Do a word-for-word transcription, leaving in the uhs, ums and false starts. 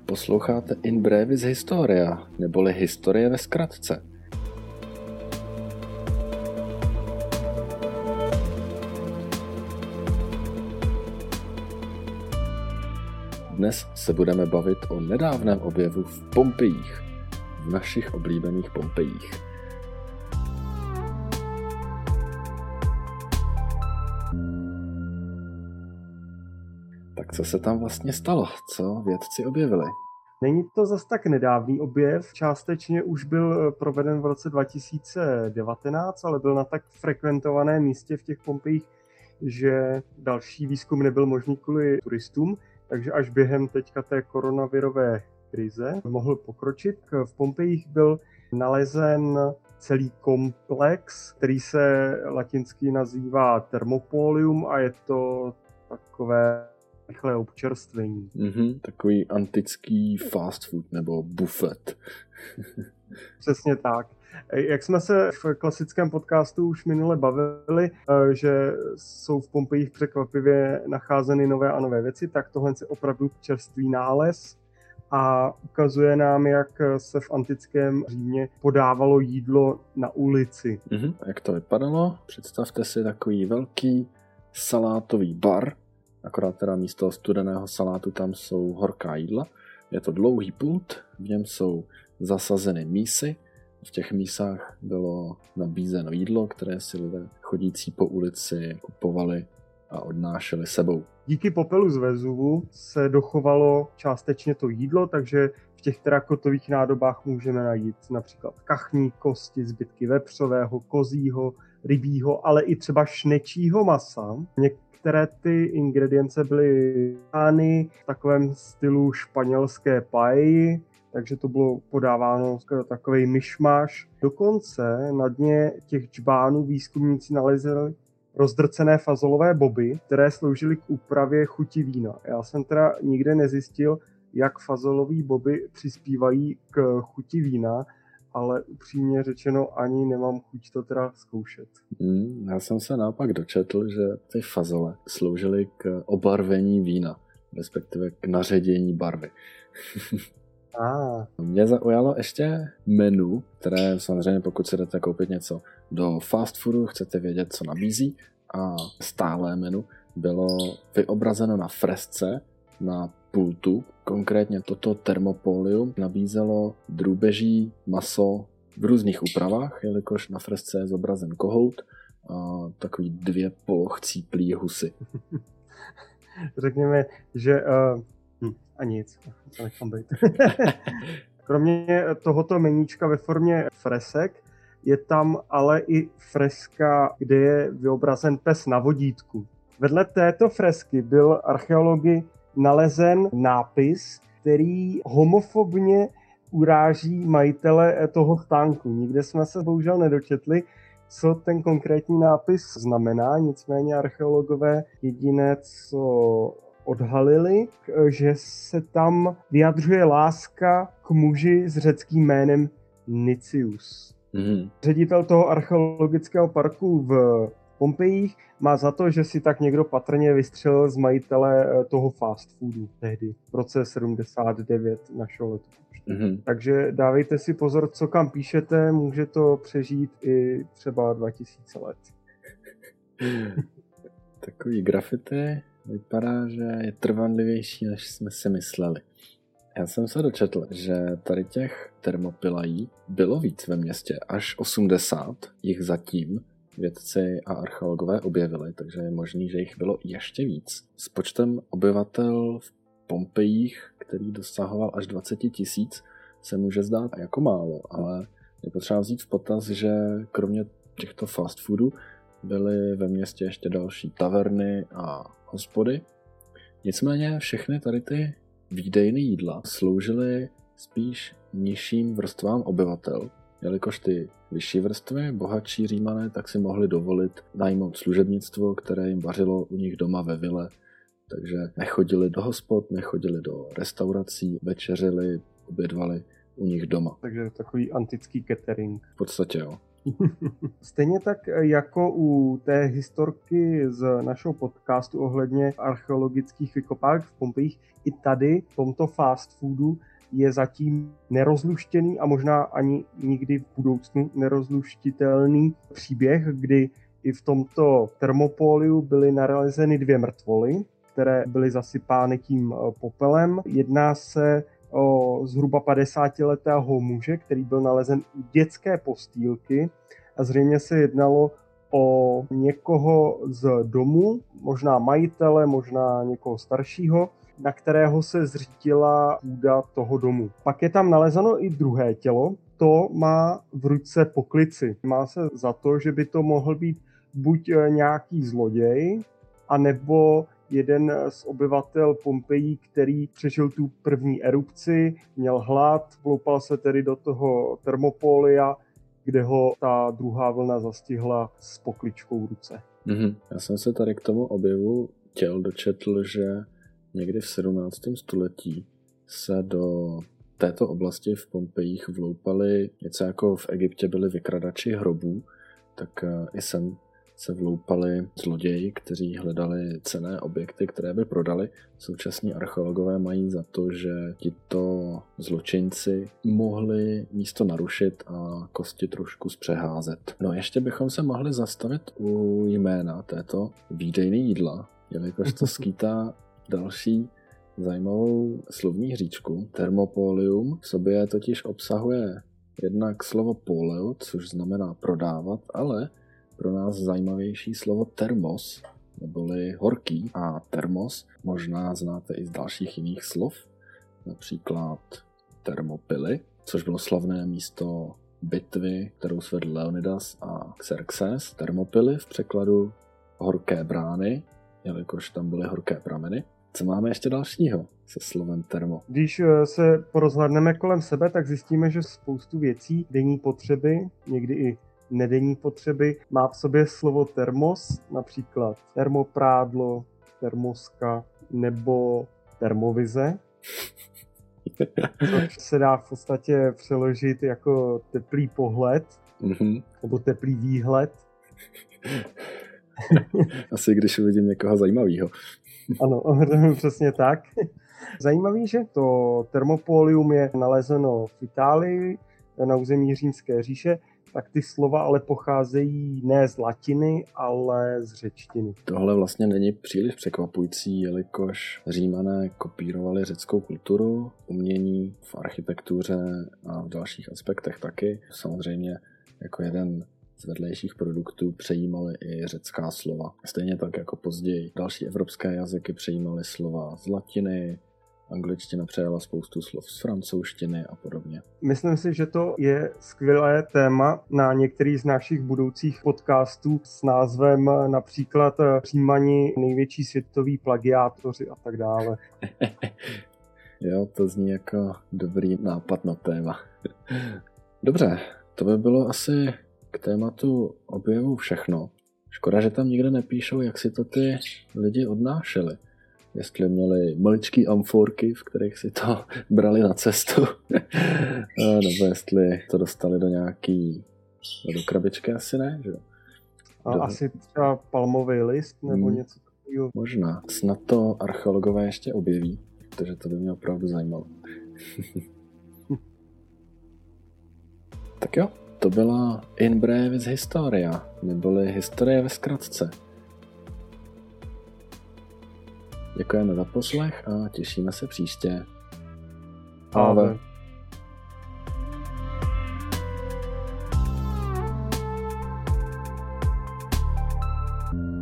Posloucháte In Brevis Historia, neboli historie ve zkratce. Dnes se budeme bavit o nedávném objevu v Pompejích, v našich oblíbených Pompejích. Tak co se tam vlastně stalo? Co vědci objevili? Není to zas tak nedávný objev, částečně už byl proveden v roce dva tisíce devatenáct, ale byl na tak frekventovaném místě v těch Pompejích, že další výzkum nebyl možný kvůli turistům, takže až během teďka té koronavirové krize mohl pokročit. V Pompejích byl nalezen celý komplex, který se latinsky nazývá Thermopolium a je to takové rychlé občerstvení. Mm-hmm, takový antický fast food nebo buffet. Přesně tak. Jak jsme se v klasickém podcastu už minule bavili, že jsou v Pompejích překvapivě nacházeny nové a nové věci, tak tohle je opravdu čerstvý nález a ukazuje nám, jak se v antickém Římě podávalo jídlo na ulici. Mm-hmm. Jak to vypadalo? Představte si takový velký salátový bar, akorát teda místo studeného salátu tam jsou horká jídla. Je to dlouhý pult, v něm jsou zasazeny mísy. V těch mísách bylo nabízeno jídlo, které si lidé chodící po ulici kupovali a odnášeli sebou. Díky popelu z Vezuvu se dochovalo částečně to jídlo, takže v těch terakotových nádobách můžeme najít například kachní kosti, zbytky vepřového, kozího, rybího, ale i třeba šnečího masa. Některé ty ingredience byly dány v takovém stylu španělské paelly, takže to bylo podáváno takovej myšmaš. Dokonce na dně těch džbánů výzkumníci nalezli rozdrcené fazolové boby, které sloužily k úpravě chuti vína. Já jsem teda nikde nezjistil, jak fazolové boby přispívají k chuti vína, ale upřímně řečeno ani nemám chuť to teda zkoušet. Hmm, já jsem se naopak dočetl, že ty fazole sloužily k obarvení vína, respektive k naředění barvy. Ah. Mě zaujalo ještě menu, které samozřejmě pokud si jdete koupit něco do fast foodu, chcete vědět, co nabízí, a stálé menu bylo vyobrazeno na fresce na pultu. Konkrétně toto Thermopolium nabízelo drůbeží maso v různých úpravách, jelikož na fresce je zobrazen kohout a takový dvě polochcíplý husy. Řekněme, že... Uh... Hm, a nic, to nechám být. Kromě tohoto meníčka ve formě fresek je tam ale i freska, kde je vyobrazen pes na vodítku. Vedle této fresky byl archeology nalezen nápis, který homofobně uráží majitele toho stánku. Nikde jsme se bohužel nedočetli, co ten konkrétní nápis znamená, nicméně archeologové jediné, co odhalili, že se tam vyjadřuje láska k muži s řeckým jménem Nicius. Mm. Ředitel toho archeologického parku v Pompejích má za to, že si tak někdo patrně vystřelil z majitele toho fast foodu tehdy, v roce sedmdesát devět našeho letopočtu. Mm. Takže dávejte si pozor, co kam píšete, může to přežít i třeba dva tisíce let. Takový grafity vypadá, že je trvanlivější, než jsme si mysleli. Já jsem se dočetl, že tady těch Thermopylaí bylo víc ve městě, až osmdesát jich zatím vědci a archeologové objevili, takže je možný, že jich bylo ještě víc. S počtem obyvatel v Pompejích, který dosahoval až dvacet tisíc, se může zdát jako málo, ale je potřeba vzít v potaz, že kromě těchto fast foodů byly ve městě ještě další taverny a hospody. Nicméně všechny tady ty výdejné jídla sloužily spíš nižším vrstvám obyvatel, jelikož ty vyšší vrstvy, bohatší Římané, tak si mohli dovolit najmout služebnictvo, které jim vařilo u nich doma ve vile, takže nechodili do hospod, nechodili do restaurací, večeřili, obědvali u nich doma. Takže takový antický catering. V podstatě jo. Stejně tak jako u té historky z našeho podcastu ohledně archeologických vykopávek v Pompejích, i tady v tomto fast foodu je zatím nerozluštěný a možná ani nikdy v budoucnu nerozluštitelný příběh, kdy i v tomto Thermopoliu byly nalezeny dvě mrtvoly, které byly zasypány tím popelem. Jedná se o zhruba padesátiletého muže, který byl nalezen u dětské postýlky a zřejmě se jednalo o někoho z domu, možná majitele, možná někoho staršího, na kterého se zřítila půda toho domu. Pak je tam nalezeno i druhé tělo, to má v ruce poklici. Má se za to, že by to mohl být buď nějaký zloděj, anebo jeden z obyvatel Pompejí, který přežil tu první erupci, měl hlad, vloupal se tedy do toho Thermopolia, kde ho ta druhá vlna zastihla s pokličkou v ruce. Mm-hmm. Já jsem se tady k tomu objevu těl dočetl, že někdy v sedmnáctém století se do této oblasti v Pompejích vloupali, něco jako v Egyptě byli vykradači hrobů, tak i sem se vloupali zloději, kteří hledali cenné objekty, které by prodali. Současní archeologové mají za to, že tito zločinci mohli místo narušit a kosti trošku zpřeházet. No ještě bychom se mohli zastavit u jména této výdejné jídla, jelikož to skýtá další zajímavou slovní hříčku. Thermopolium v sobě totiž obsahuje jednak slovo poleo, což znamená prodávat, ale pro nás zajímavější slovo termos, neboli horký, a termos možná znáte i z dalších jiných slov, například Thermopyly, což bylo slavné místo bitvy, kterou svedl Leonidas a Xerxes. Thermopyly v překladu horké brány, jelikož tam byly horké prameny. Co máme ještě dalšího se slovem termo? Když se porozhlédneme kolem sebe, tak zjistíme, že spoustu věcí denní potřeby, někdy i nedenní potřeby, má v sobě slovo termos, například termoprádlo, termoska nebo termovize, což se dá v podstatě přeložit jako teplý pohled mm-hmm. nebo teplý výhled. Asi když uvidím někoho zajímavého. Ano, přesně tak. Zajímavý, že to Thermopolium je nalezeno v Itálii, na území Římské říše, tak ty slova ale pocházejí ne z latiny, ale z řečtiny. Tohle vlastně není příliš překvapující, jelikož Římané kopírovali řeckou kulturu, umění v architektuře a v dalších aspektech taky. Samozřejmě jako jeden z vedlejších produktů přejímali i řecká slova. Stejně tak jako později další evropské jazyky přejímaly slova z latiny, angličtina přejala spoustu slov z francouzštiny a podobně. Myslím si, že to je skvělé téma na některý z našich budoucích podcastů s názvem například Římani největší světoví plagiátoři a tak dále. Jo, to zní jako dobrý nápad na téma. Dobře, to by bylo asi k tématu objevu všechno. Škoda, že tam nikde nepíšou, jak si to ty lidi odnášeli. Jestli měli maličký amforky, v kterých si to brali na cestu, nebo jestli to dostali do nějaký, do krabičky asi ne, že jo? A do... asi třeba palmový list, nebo hmm. něco takového. Možná. Snad to archeologové ještě objeví, protože to by mě opravdu zajímalo. Tak jo, to byla In Brevis Historia, neboli historie ve zkratce. Děkujeme za poslech a těšíme se příště. Ave. Ave.